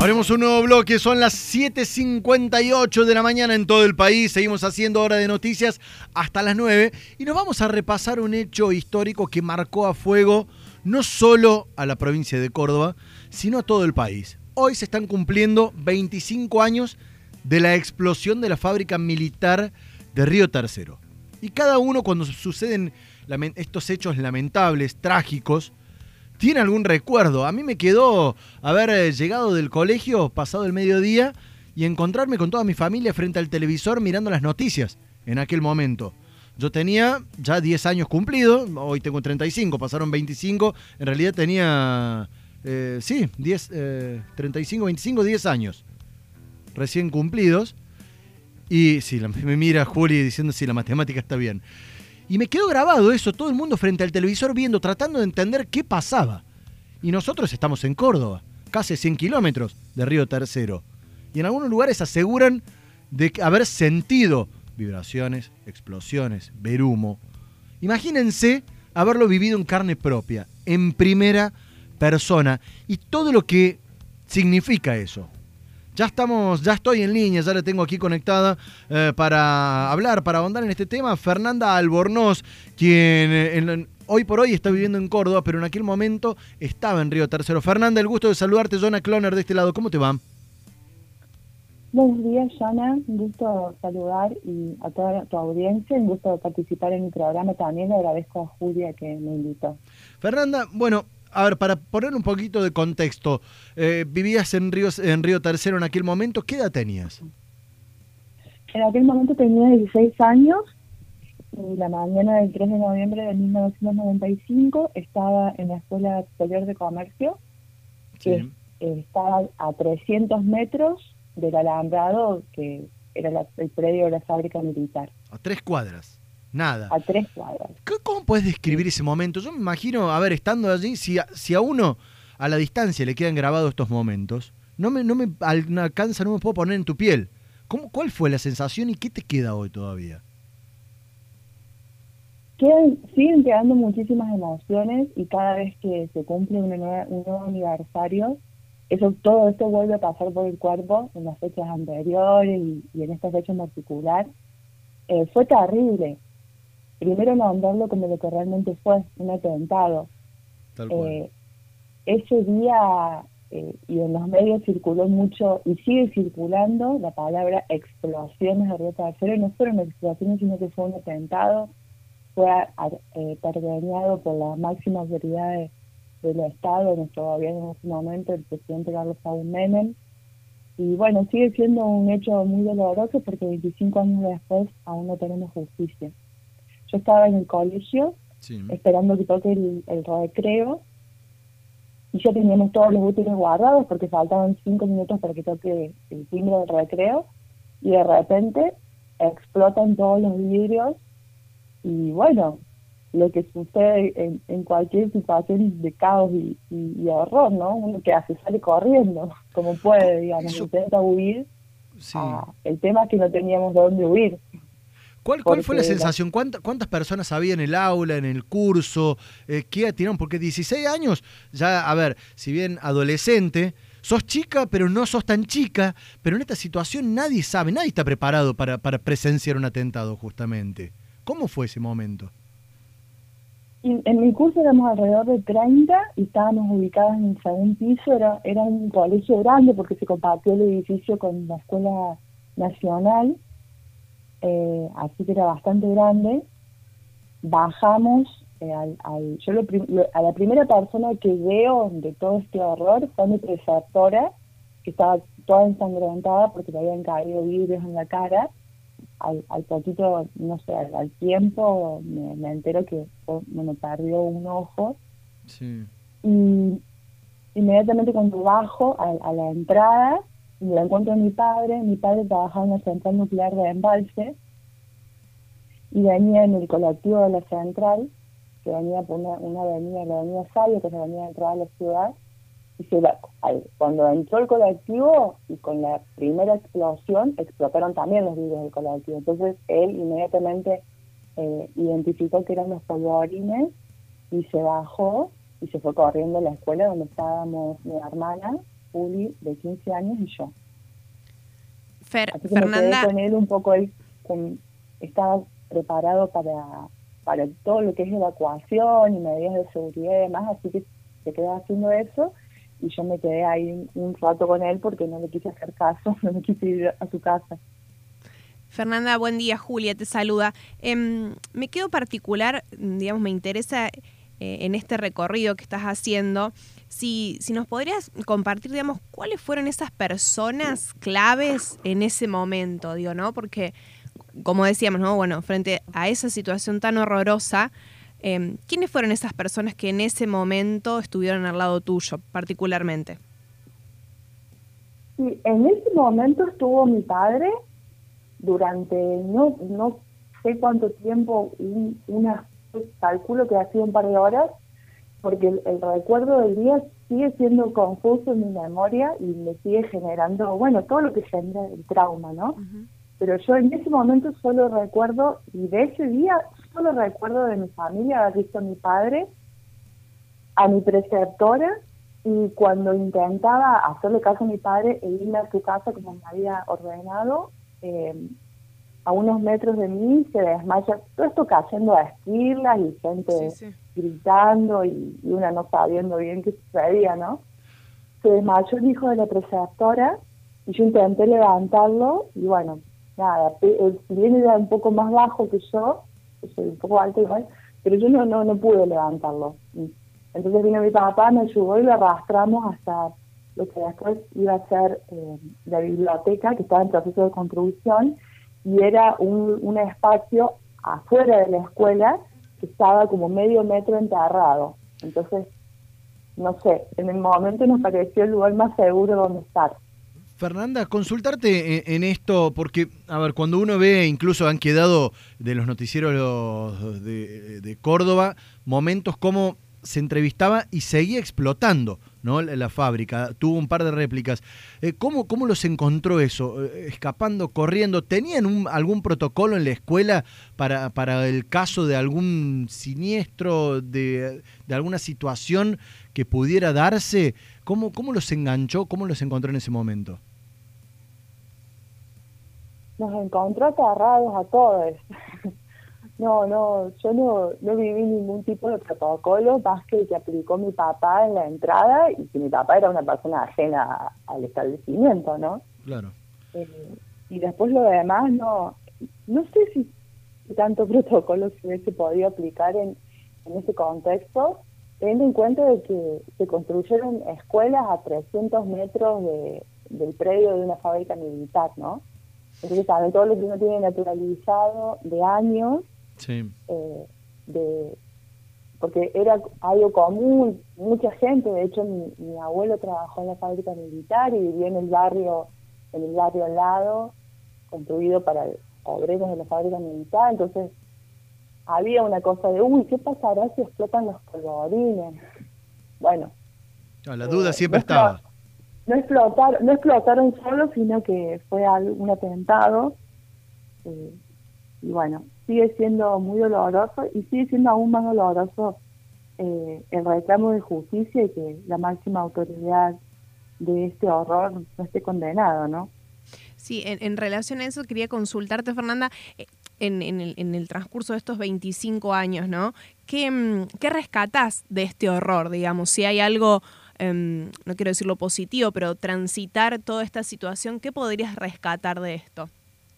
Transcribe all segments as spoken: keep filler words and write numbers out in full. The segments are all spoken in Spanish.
Abrimos un nuevo bloque, son las siete cincuenta y ocho de la mañana en todo el país. Seguimos haciendo hora de noticias hasta las nueve y nos vamos a repasar un hecho histórico que marcó a fuego no solo a la provincia de Córdoba, sino a todo el país. Hoy se están cumpliendo veinticinco años de la explosión de la fábrica militar de Río Tercero. Y cada uno, cuando suceden estos hechos lamentables, trágicos, tiene algún recuerdo. A mí me quedó haber llegado del colegio pasado el mediodía y encontrarme con toda mi familia frente al televisor mirando las noticias en aquel momento. Yo tenía ya diez años cumplidos, hoy tengo treinta y cinco, pasaron veinticinco, en realidad tenía, eh, sí, diez, eh, treinta y cinco, veinticinco, diez años recién cumplidos. Y sí, me mira Juli diciendo si sí, la matemática está bien. Y me quedó grabado eso, todo el mundo frente al televisor viendo, tratando de entender qué pasaba. Y nosotros estamos en Córdoba, casi cien kilómetros de Río Tercero. Y en algunos lugares aseguran de haber sentido vibraciones, explosiones, ver humo. Imagínense haberlo vivido en carne propia, en primera persona, y todo lo que significa eso. Ya estamos, ya estoy en línea, ya la tengo aquí conectada eh, para hablar, para ahondar en este tema. Fernanda Albornoz, quien eh, en, hoy por hoy está viviendo en Córdoba, pero en aquel momento estaba en Río Tercero. Fernanda, el gusto de saludarte, Jonah Cloner de este lado. ¿Cómo te va? Buenos días, Jonah. Un gusto saludar y a toda tu audiencia. Un gusto participar en mi programa también. Le agradezco a Julia que me invitó. Fernanda, bueno, a ver, para poner un poquito de contexto, eh, vivías en Río, en Río Tercero en aquel momento, ¿qué edad tenías? En aquel momento tenía dieciséis años y la mañana del tres de noviembre de mil novecientos noventa y cinco estaba en la Escuela Superior de Comercio, que sí. eh, estaba a trescientos metros del alambrado, que era la, el predio de la fábrica militar. A tres cuadras. Nada. A tres cuadras. ¿Cómo puedes describir ese momento? Yo me imagino, a ver, estando allí, si a, si a uno a la distancia le quedan grabados estos momentos, no me, no me alcanza, no me puedo poner en tu piel. ¿Cómo, ¿Cuál fue la sensación y qué te queda hoy todavía? Quedan, siguen quedando muchísimas emociones y cada vez que se cumple una nueva, un nuevo aniversario, eso, todo esto vuelve a pasar por el cuerpo en las fechas anteriores y, y en esta fecha en particular. Eh, fue terrible. Primero nombrarlo como lo que realmente fue, un atentado. Tal cual. Eh, ese día, eh, y en los medios circuló mucho, y sigue circulando, la palabra explosiones de Río Tercero. No fueron explosiones, sino que fue un atentado. Fue eh, pergeñado por la máxima autoridad de, del Estado, de nuestro gobierno en ese momento, el presidente Carlos Saúl Menem. Y bueno, sigue siendo un hecho muy doloroso porque veinticinco años después aún no tenemos justicia. Yo estaba en el colegio, sí, esperando que toque el, el recreo, y ya teníamos todos los útiles guardados porque faltaban cinco minutos para que toque el timbre del recreo, y de repente explotan todos los vidrios, y bueno, lo que sucede en, en cualquier situación de caos y, y, y horror, ¿no? Uno que hace, sale corriendo, como puede, digamos, Eso... intenta huir. Sí. Ah, el tema es que no teníamos de dónde huir. ¿Cuál, ¿Cuál fue la sensación? ¿Cuántas, ¿Cuántas personas había en el aula, en el curso? Eh, ¿Qué tiraron? Porque dieciséis años, ya, a ver, si bien adolescente, sos chica, pero no sos tan chica, pero en esta situación nadie sabe, nadie está preparado para, para presenciar un atentado, justamente. ¿Cómo fue ese momento? Y en mi curso éramos alrededor de treinta y estábamos ubicados en el segundo piso. Era, era un colegio grande porque se compartió el edificio con la Escuela Nacional. Eh, así que era bastante grande. Bajamos eh, al, al, yo lo, lo, a la primera persona que veo de todo este horror fue mi preceptora, que estaba toda ensangrentada porque le habían caído vidrios en la cara. Al, al poquito, no sé, al, al tiempo me, me entero que bueno, perdió un ojo. Sí. Y inmediatamente cuando bajo a, a la entrada, me encuentro a mi padre. Mi padre trabajaba en la central nuclear de Embalse y venía en el colectivo de la central, que venía por una, una avenida, la avenida Sabio, que es la avenida de entrada a la ciudad. Y se va, cuando entró el colectivo y con la primera explosión explotaron también los vidrios del colectivo. Entonces él inmediatamente eh, identificó que eran los polvorines y se bajó y se fue corriendo a la escuela donde estábamos mi hermana, Juli de quince años y yo. Fer, Así que Fernanda, me quedé con él un poco, él con, estaba preparado para, para todo lo que es evacuación y medidas de seguridad y demás, así que se quedó haciendo eso y yo me quedé ahí un, un rato con él porque no le quise hacer caso, no me quise ir a su casa. Fernanda, buen día, Julia te saluda. Eh, me quedo particular, digamos, me interesa eh, en este recorrido que estás haciendo, si, si nos podrías compartir, digamos, cuáles fueron esas personas claves en ese momento, digo, ¿no? Porque, como decíamos, ¿no? Bueno, frente a esa situación tan horrorosa, eh, ¿quiénes fueron esas personas que en ese momento estuvieron al lado tuyo, particularmente? Sí, en ese momento estuvo mi padre durante no no sé cuánto tiempo, un, una calculo que ha sido un par de horas, porque el, el recuerdo del día sigue siendo confuso en mi memoria y me sigue generando, bueno, todo lo que genera el trauma, ¿no? Uh-huh. Pero yo en ese momento solo recuerdo, y de ese día solo recuerdo de mi familia, haber visto a mi padre, a mi preceptora, y cuando intentaba hacerle caso a mi padre e irme a su casa como me había ordenado, eh, a unos metros de mí se desmaya, todo esto cayendo a esquilas y gente sí, sí. gritando y, y una no sabiendo bien qué sucedía, ¿no? Se desmayó el hijo de la preceptora y yo intenté levantarlo y bueno, nada, él bien era un poco más bajo que yo, yo soy un poco alto igual, pero yo no, no, no pude levantarlo. Entonces vino mi papá, me ayudó y lo arrastramos hasta lo que después iba a ser eh, la biblioteca, que estaba en proceso de construcción, y era un, un espacio afuera de la escuela que estaba como medio metro enterrado. Entonces, no sé, en el momento nos pareció el lugar más seguro donde estar. Fernanda, consultarte en esto, porque, a ver, cuando uno ve, incluso han quedado de los noticieros de, de Córdoba, momentos como se entrevistaba y seguía explotando, ¿no? La, la fábrica, tuvo un par de réplicas. Eh, ¿cómo, ¿Cómo los encontró eso? Eh, escapando, corriendo. ¿Tenían un, algún protocolo en la escuela para, para el caso de algún siniestro, de, de alguna situación que pudiera darse? ¿Cómo, ¿Cómo los enganchó? ¿Cómo los encontró en ese momento? Nos encontró aterrados a todos. No, no, yo no, no viví ningún tipo de protocolo más que el que aplicó mi papá en la entrada y que mi papá era una persona ajena al establecimiento, ¿no? Claro. Eh, y después lo demás, no no sé si tanto protocolo se hubiese podido aplicar en, en ese contexto, teniendo en cuenta de que se construyeron escuelas a trescientos metros de, del predio de una fábrica militar, ¿no? Entonces también todo lo que uno tiene naturalizado de años, sí. eh, de porque era algo común, mucha gente, de hecho mi, mi abuelo trabajó en la fábrica militar y vivía en el barrio, en el barrio al lado, construido para obreros de la fábrica militar, entonces había una cosa de, uy, ¿qué pasará si explotan los polvorines? Bueno. No, la duda eh, siempre no estaba. No explotaron, no explotaron solo, sino que fue un atentado, eh, y bueno, sigue siendo muy doloroso y sigue siendo aún más doloroso eh, el reclamo de justicia y que la máxima autoridad de este horror no esté condenado, ¿no? Sí, en, en relación a eso quería consultarte, Fernanda, en, en, el, en el transcurso de estos veinticinco años, ¿no? ¿Qué, qué rescatás de este horror, digamos? Si hay algo, eh, no quiero decir lo positivo, pero transitar toda esta situación, ¿qué podrías rescatar de esto?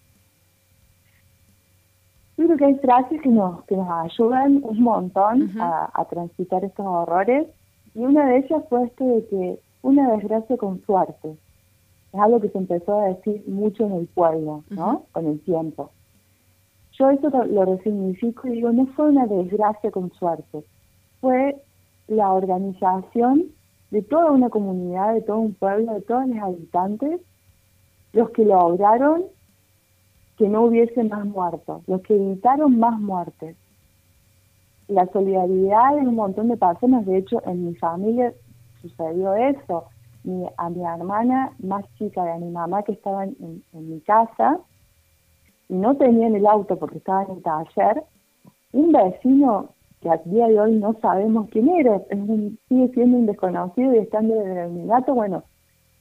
Yo creo que hay frases que nos, que nos ayudan un montón uh-huh. a, a transitar estos horrores, y una de ellas fue esto de que una desgracia con suerte. Es algo que se empezó a decir mucho en el pueblo, ¿no? Uh-huh. Con el tiempo. Yo eso lo, lo resignifico y digo, no fue una desgracia con suerte, fue la organización de toda una comunidad, de todo un pueblo, de todos los habitantes, los que lograron que no hubiese más muertos, los que evitaron más muertes. La solidaridad de un montón de personas, de hecho en mi familia sucedió eso. Mi, a mi hermana más chica de mi mamá que estaba en, en mi casa y no tenían el auto porque estaba en el taller, un vecino que a día de hoy no sabemos quién era, es un, sigue siendo un desconocido y estando en el anonimato, bueno,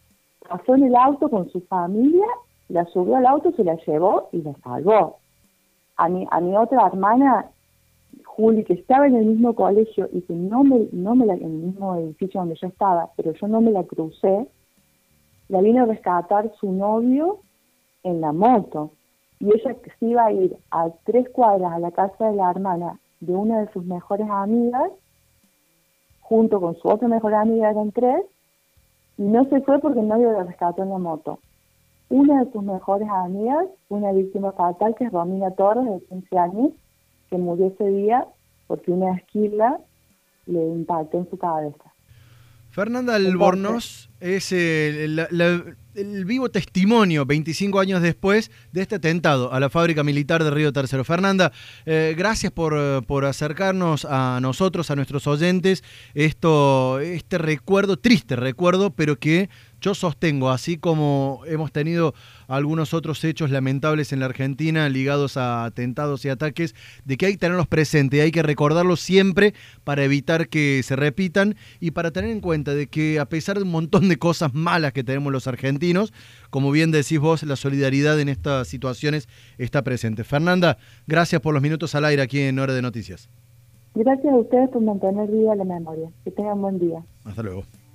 pasó en el auto con su familia, la subió al auto, se la llevó y la salvó. A mi, a mi otra hermana, Juli, que estaba en el mismo colegio y que no me, no me la, en el mismo edificio donde yo estaba, pero yo no me la crucé, la vino a rescatar su novio en la moto. Y ella se iba a ir a tres cuadras a la casa de la hermana de una de sus mejores amigas, junto con su otra mejor amiga, eran tres, y no se fue porque el novio la rescató en la moto. Una de sus mejores amigas, una víctima fatal, que es Romina Torres, de quince años, que murió ese día porque una esquila le impactó en su cabeza. Fernanda Albornoz es el, la, la, el vivo testimonio, veinticinco años después, de este atentado a la fábrica militar de Río Tercero. Fernanda, eh, gracias por, por acercarnos a nosotros, a nuestros oyentes, esto, este recuerdo, triste recuerdo, pero que yo sostengo, así como hemos tenido algunos otros hechos lamentables en la Argentina ligados a atentados y ataques, de que hay que tenerlos presentes, hay que recordarlos siempre para evitar que se repitan y para tener en cuenta de que a pesar de un montón de cosas malas que tenemos los argentinos, como bien decís vos, la solidaridad en estas situaciones está presente. Fernanda, gracias por los minutos al aire aquí en Hora de Noticias. Gracias a ustedes por mantener viva la memoria. Que tengan buen día. Hasta luego.